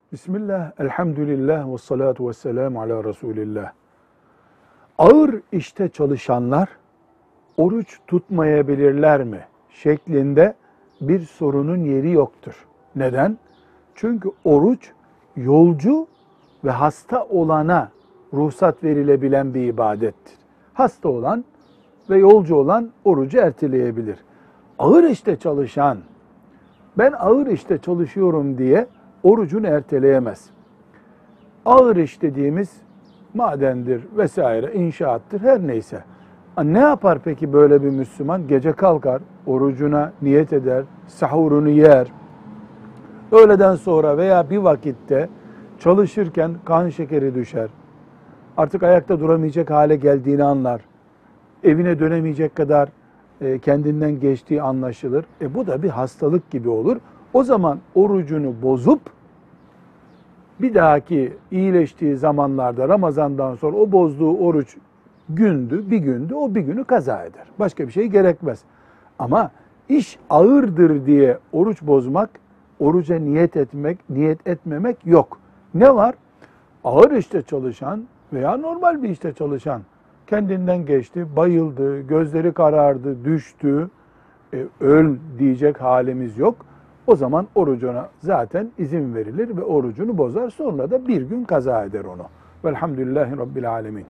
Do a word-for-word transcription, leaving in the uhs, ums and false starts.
Bismillah, elhamdülillah ve salatu ve selamu ala Resulillah. Ağır işte çalışanlar oruç tutmayabilirler mi? Şeklinde bir sorunun yeri yoktur. Neden? Çünkü oruç yolcu ve hasta olana ruhsat verilebilen bir ibadettir. Hasta olan ve yolcu olan orucu erteleyebilir. Ağır işte çalışan, ben ağır işte çalışıyorum diye orucunu erteleyemez. Ağır iş dediğimiz madendir vesaire, inşaattır, her neyse. Ne yapar peki böyle bir Müslüman? Gece kalkar, orucuna niyet eder, sahurunu yer. Öğleden sonra veya bir vakitte çalışırken kan şekeri düşer. Artık ayakta duramayacak hale geldiğini anlar. Evine dönemeyecek kadar kendinden geçtiği anlaşılır. E bu da bir hastalık gibi olur. O zaman orucunu bozup bir dahaki iyileştiği zamanlarda Ramazan'dan sonra o bozduğu oruç gündü, bir gündü, o bir günü kaza eder. Başka bir şey gerekmez. Ama iş ağırdır diye oruç bozmak, oruca niyet etmek, niyet etmemek yok. Ne var? Ağır işte çalışan veya normal bir işte çalışan kendinden geçti, bayıldı, gözleri karardı, düştü, e, öl diyecek halimiz yok. O zaman orucuna zaten izin verilir ve orucunu bozar. Sonra da bir gün kaza eder onu. Velhamdülillahi Rabbil alemin.